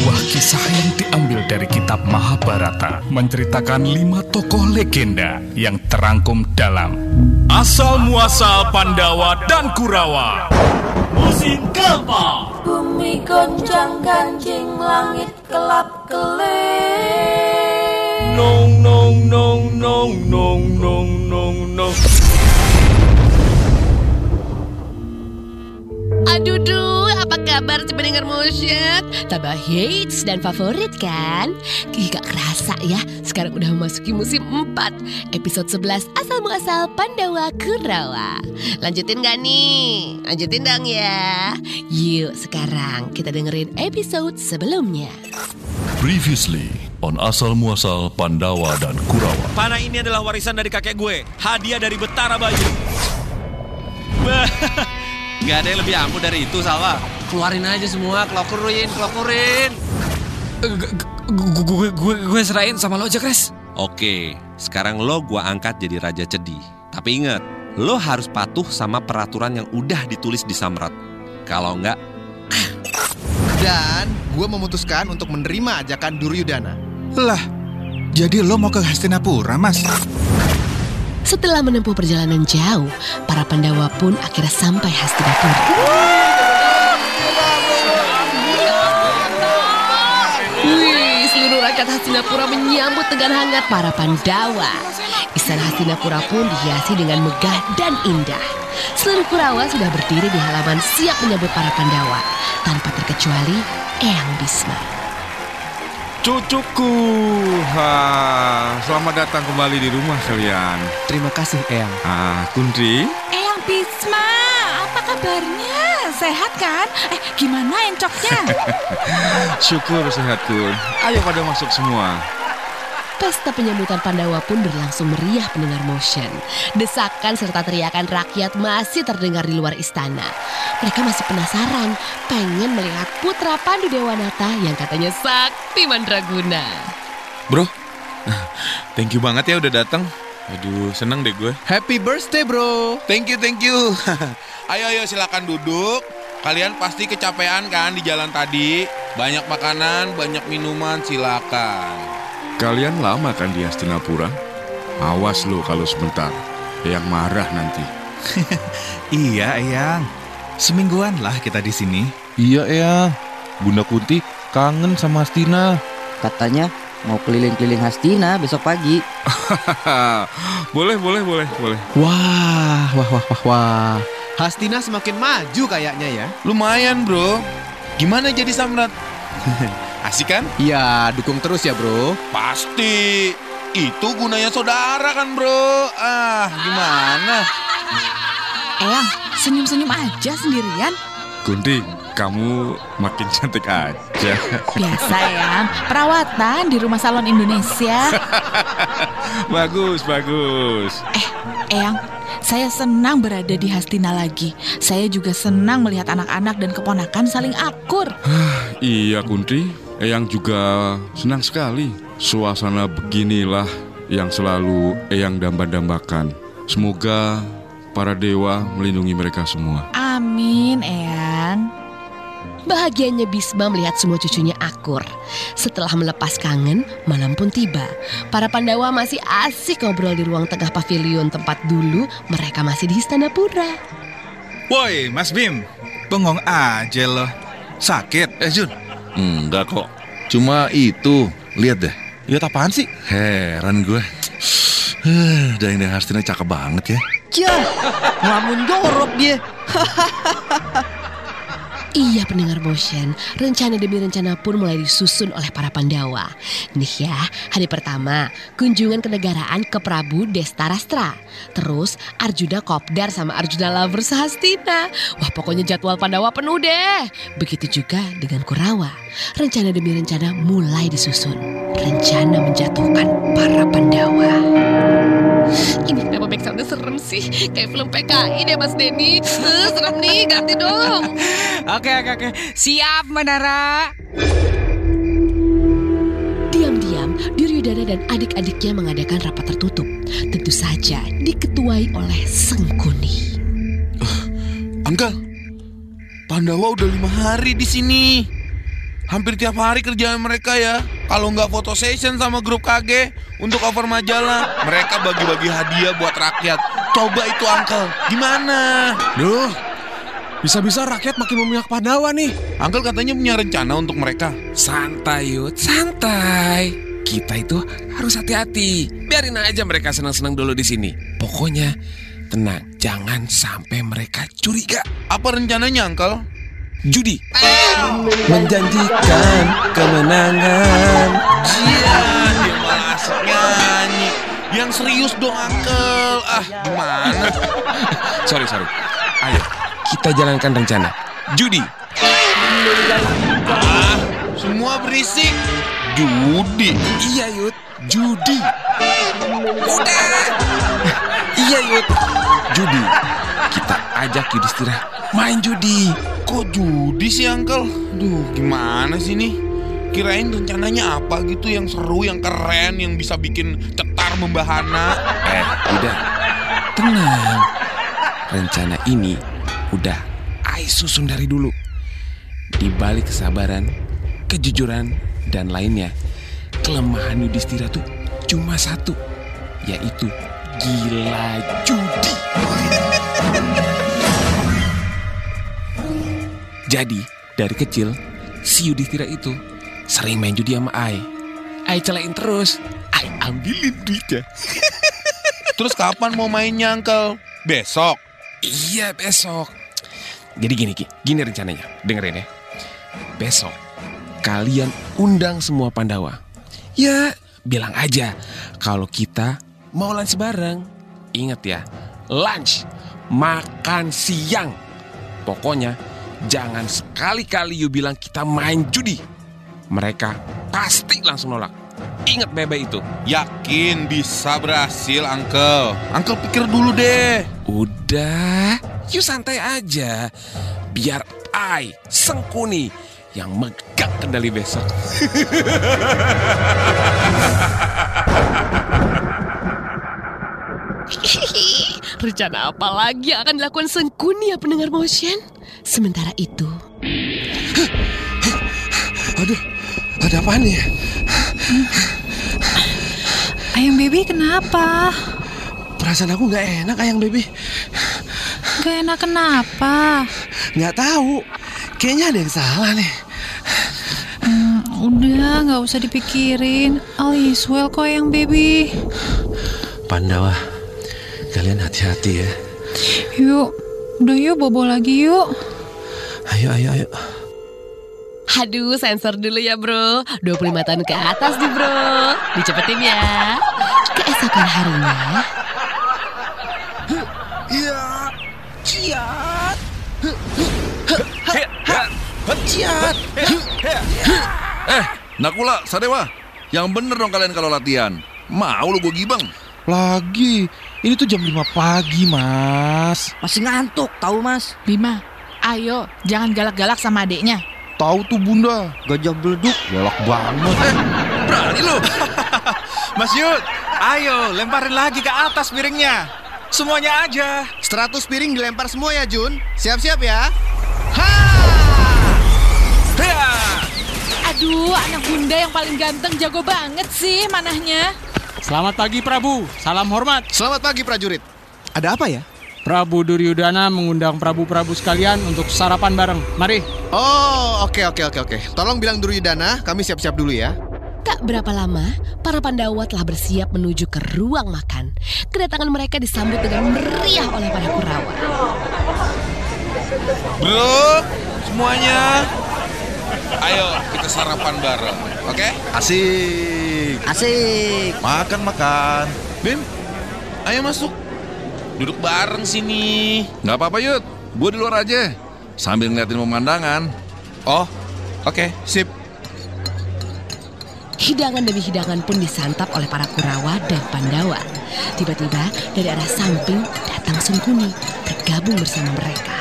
sebuah kisah yang diambil dari kitab Mahabharata, menceritakan 5 tokoh legenda yang terangkum dalam Asal-Muasal Pandawa dan Kurawa. Musim keempat. Bumi goncang-ganjing, langit kelap-kelip. Nong nong nong nong nong nong nong nong. Aduh, apa kabar pendengar Motion? Tambah hits dan favorit kan? Gak kerasa ya, sekarang udah memasuki musim 4, episode 11 Asal-Muasal Pandawa Kurawa. Lanjutin gak nih? Lanjutin dong ya. Yuk sekarang kita dengerin episode sebelumnya. Previously on Asal-Muasal Pandawa dan Kurawa. Panah ini adalah warisan dari kakek gue, hadiah dari Betara Bayu. Gak ada yang lebih ampuh dari itu, Salwa. Keluarin aja semua, kelokurin. Gue serahin sama lo aja, Kres. Oke, sekarang lo gue angkat jadi Raja Cedi. Tapi ingat, lo harus patuh sama peraturan yang udah ditulis di Samrat. Kalau enggak... Dan gue memutuskan untuk menerima ajakan Duryudana. Lah, jadi lo mau ke Hastinapura, Mas? Setelah menempuh perjalanan jauh, para Pandawa pun akhirnya sampai Hastinapura. Wih, seluruh rakyat Hastinapura menyambut dengan hangat para Pandawa. Istana Hastinapura pun dihiasi dengan megah dan indah. Seluruh Kurawa sudah berdiri di halaman siap menyambut para Pandawa, tanpa terkecuali Eyang Bisma. Cucuku, selamat datang kembali di rumah kalian. Terima kasih, Eyang. Kundri. Eyang Bisma, apa kabarnya? Sehat kan? Gimana encoknya? Syukur sehat, Kun. Ayo pada masuk semua. Pesta penyambutan Pandawa pun berlangsung meriah pendengar Motion. Desakan serta teriakan rakyat masih terdengar di luar istana. Mereka masih penasaran, pengen melihat putra Pandu Dewanata yang katanya sakti mandraguna. Bro, thank you banget ya udah datang. Aduh, seneng deh gue. Happy birthday, bro. Thank you. Ayo silakan duduk. Kalian pasti kecapean kan di jalan tadi. Banyak makanan, banyak minuman, silakan. Kalian lama kan di Hastinapura? Awas lo kalau sebentar, Eyang marah nanti. Iya, Eyang. Semingguan lah kita di sini. Iya, Eyang. Bunda Kunti kangen sama Hastina. Katanya mau keliling-keliling Hastina besok pagi. Boleh. Wah. Hastina semakin maju kayaknya ya. Lumayan, bro. Gimana jadi Samrat? Asik kan? Iya, dukung terus ya, bro. Pasti. Itu gunanya saudara kan, bro. Gimana? Eyang, senyum-senyum aja sendirian. Kunti, kamu makin cantik aja. Biasa, Eyang. Perawatan di rumah salon Indonesia. Bagus. Eyang, saya senang berada di Hastina lagi. Saya juga senang melihat anak-anak dan keponakan saling akur. Iya, Kunti. Eyang juga senang sekali. Suasana beginilah yang selalu Eyang damba-dambakan. Semoga para dewa melindungi mereka semua. Amin, Eyang. Bahagianya Bisma melihat semua cucunya akur. Setelah melepas kangen, malam pun tiba. Para Pandawa masih asik ngobrol di ruang tengah pavilion tempat dulu mereka masih di Hastinapura. Woi, Mas Bim. Bengong aja lo. Sakit, Jun? Enggak kok, cuma itu, lihat deh. Lihat apaan sih? Heran gue. Dayang Hastina cakep banget ya. Cia, ngelamun jorok dia. Iya pendengar Motion, rencana demi rencana pun mulai disusun oleh para Pandawa. Nih ya, hari pertama kunjungan kenegaraan ke Prabu Destarastra. Terus Arjuna kopdar sama Arjuna Lovers Hastina. Wah pokoknya jadwal Pandawa penuh deh. Begitu juga dengan Kurawa. Rencana demi rencana mulai disusun. Rencana menjatuhkan para Pandawa. Ini kenapa backsoundnya serem sih? Kayak film PKI deh Mas Denny. Serem nih, ganti dong. Oke. Siap, Manara. Diam-diam, Duryudana dan adik-adiknya mengadakan rapat tertutup. Tentu saja diketuai oleh Sengkuni. Uncle, Pandawa udah 5 hari di sini. hampir tiap hari kerjaan mereka ya. Kalau nggak foto session sama grup KG untuk cover majalah, mereka bagi-bagi hadiah buat rakyat. Coba itu Uncle, gimana? Duh, bisa-bisa rakyat makin memihak Pandawa nih. Uncle katanya punya rencana untuk mereka. Santai Yud, santai. Kita itu harus hati-hati. Biarin aja mereka senang-senang dulu di sini. Pokoknya tenang, jangan sampai mereka curiga. Apa rencananya Uncle? Judi menjanjikan kemenangan. Iya, dia malah asik nyanyi. Yang serius dong Uncle. Gimana? Sorry. Ayo, kita jalankan rencana. Judi. Semua berisik. Judi. Iya Yud, judi. Udah. Iya Yud, judi. Kita ajak Yudhistira main judi. Kok judi sih Uncle? Duh, gimana sih nih? Kirain rencananya apa gitu yang seru, yang keren, yang bisa bikin cetar membahana. Udah, tenang. Rencana ini udah Ai susun dari dulu. Di balik kesabaran, kejujuran, dan lainnya, kelemahan Yudhistira tuh cuma satu, yaitu gila judi. Jadi, dari kecil, si Yudhistira itu sering main judi sama Ai. Ai celain terus, Ai ambilin duitnya. Terus kapan mau mainnya Uncle? Besok? Iya, besok. Jadi gini rencananya, dengerin ya. Besok, kalian undang semua Pandawa. Ya, bilang aja kalau kita mau lunch bareng. Ingat ya, lunch, makan siang. Pokoknya jangan sekali-kali you bilang kita main judi. Mereka pasti langsung nolak. Ingat bebe itu. Yakin bisa berhasil Uncle? Uncle pikir dulu deh. Udah, you santai aja. Biar Ai, Sengkuni yang megang kendali besok. Rencana apa lagi yang akan dilakukan Sengkuni ya pendengar motion? Sementara itu, aduh, ada apaan nih? Ayang Baby kenapa? Perasaan aku gak enak Ayang Baby. Gak enak kenapa? Gak tahu, kayaknya ada yang salah nih. Udah, gak usah dipikirin. All is well kok Ayang Baby. Pandawa, kalian hati-hati ya. Yuk, udah yuk bobo lagi yuk. Ayo. aduh sensor dulu ya bro. 25 tahun ke atas nih bro. Dicepetin ya. Keesokan harinya. Iya, ciat. Ciat. Nakula, Sadewa, yang bener dong kalian kalau latihan. Mau lu gue gibang? Lagi, ini tuh jam 5 pagi mas. Masih ngantuk, tahu mas? Bima, ayo, jangan galak-galak sama adeknya. Tahu tuh bunda, gajah beleduk. galak banget. Berani lu. Mas Yud, ayo lemparin lagi ke atas piringnya. Semuanya aja. 100 piring dilempar semua ya Jun. Siap-siap ya. Aduh, anak bunda yang paling ganteng jago banget sih manahnya. Selamat pagi Prabu, salam hormat. Selamat pagi prajurit. Ada apa ya? Prabu Duryudana mengundang Prabu-Prabu sekalian untuk sarapan bareng. Mari. Oh, oke. Tolong bilang Duryudana, kami siap-siap dulu ya. Tak berapa lama, para Pandawa telah bersiap menuju ke ruang makan. Kedatangan mereka disambut dengan meriah oleh para Kurawa. Bro, semuanya, ayo kita sarapan bareng, oke? Asik. Makan. Bim, ayo masuk. Duduk bareng sini. Gak apa-apa Yud, gue di luar aja sambil ngeliatin pemandangan. Oh, oke, sip. Hidangan demi hidangan pun disantap oleh para Kurawa dan Pandawa. Tiba-tiba dari arah samping datang Sengkuni bergabung bersama mereka.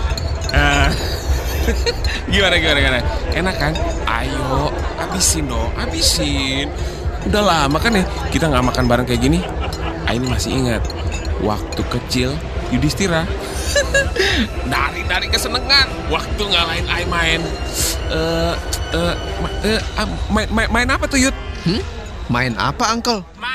Gimana? Enak kan? Ayo, habisin dong, habisin. Udah lama kan ya kita gak makan bareng kayak gini. Aini masih ingat waktu kecil Yudhistira nari-nari kesenengan waktu ngalahin Ai main Main apa tuh, Yud? Main apa, Uncle?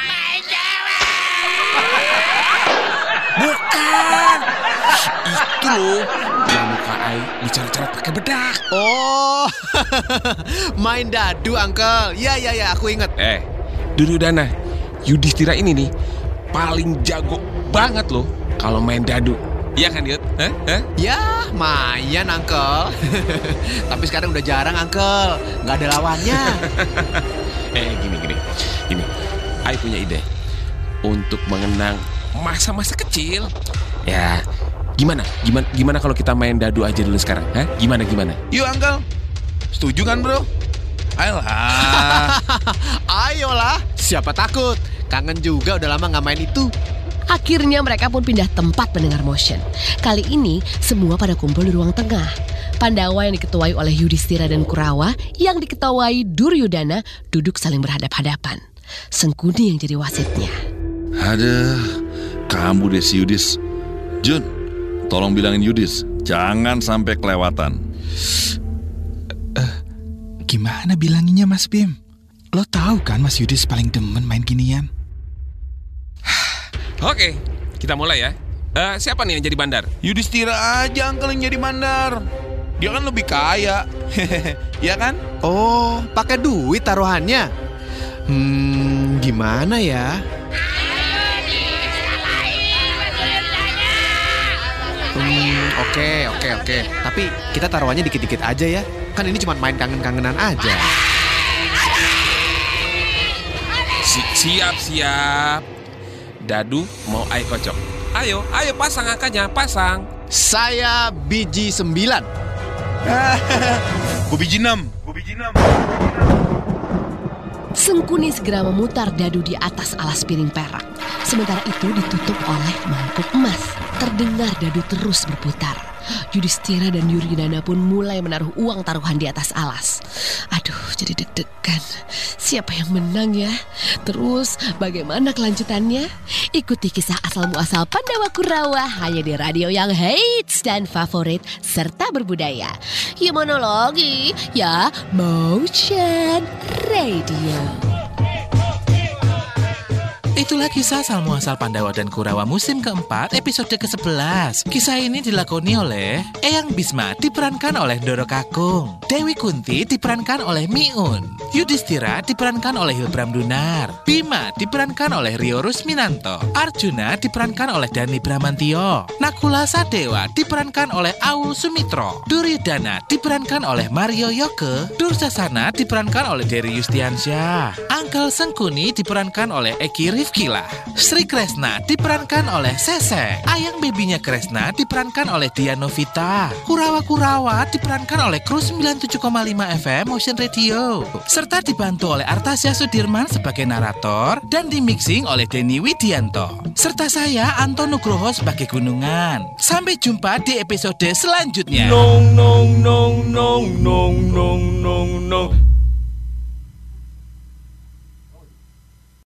Bukan. Itu loh, yang muka Ai dicoret-coret pakai bedak. Oh, main dadu, Uncle. Ya, aku inget. Duryudana, Yudhistira ini nih paling jago banget loh kalau main dadu. Iya kan, Yud? Ya, mayan, Uncle. Tapi sekarang udah jarang, Uncle. Nggak ada lawannya. Gini. Ai punya ide untuk mengenang masa-masa kecil. Ya, gimana kalau kita main dadu aja dulu sekarang? Gimana? Yuk, Uncle. Setuju kan, bro? Ayolah. Ayolah, siapa takut? Kangen juga, udah lama nggak main itu. Akhirnya mereka pun pindah tempat mendengar motion. Kali ini semua pada kumpul di ruang tengah. Pandawa yang diketuai oleh Yudhistira dan Kurawa yang diketuai Duryudana duduk saling berhadap-hadapan. Sengkuni yang jadi wasitnya. Aduh, kamu deh si Yudhis. Jun, tolong bilangin Yudhis, jangan sampai kelewatan. Gimana bilanginnya, Mas Bim? Lo tahu kan Mas Yudhis paling demen main ginian? Oke, kita mulai ya. Siapa nih yang jadi bandar? Yudhistira aja, Uncle, yang jadi bandar. Dia kan lebih kaya. Ya kan? Oh, pakai duit taruhannya. Gimana ya? Oke. Tapi kita taruhannya dikit-dikit aja ya. Kan ini cuma main kangen-kangenan aja. Siap. Dadu mau Ai kocok. Ayo pasang angkanya, pasang. Saya biji 9. Gue biji 6. Sengkuni segera memutar dadu di atas alas piring perak. Sementara itu ditutup oleh mangkuk emas. Terdengar dadu terus berputar. Yudhistira dan Duryudana pun mulai menaruh uang taruhan di atas alas. Aduh, jadi deg-degan. Siapa yang menang ya? Terus bagaimana kelanjutannya? Ikuti kisah asal-muasal Pandawa Kurawa hanya di radio yang hits dan favorit serta berbudaya. Ya mana lagi? Ya Motion Radio. Itulah kisah asal-muasal Pandawa dan Kurawa musim keempat episode ke-11. Kisah ini dilakoni oleh Eyang Bisma diperankan oleh Doro Kakung, Dewi Kunti diperankan oleh Miun, Yudhistira diperankan oleh Hilbram Dunar, Bima diperankan oleh Rio Rusminanto, Arjuna diperankan oleh Dani Bramantio, Nakula Sadewa diperankan oleh Aul Sumitro, Duryudana diperankan oleh Mario Yoke, Dursasana diperankan oleh Dery Yustiansyah, Uncle Sengkuni diperankan oleh Eki Rifkilah, Sri Kresna diperankan oleh Sese, Ayang bebinya Kresna diperankan oleh Dian Novita, Kurawa diperankan oleh Kru 97,5 FM Motion Radio, serta dibantu oleh Artasya Sudirman sebagai narator dan dimixing oleh Denny Widianto, serta saya Anton Nugroho sebagai Gunungan. Sampai jumpa di episode selanjutnya. Nong nong nong nong nong nong nong nong.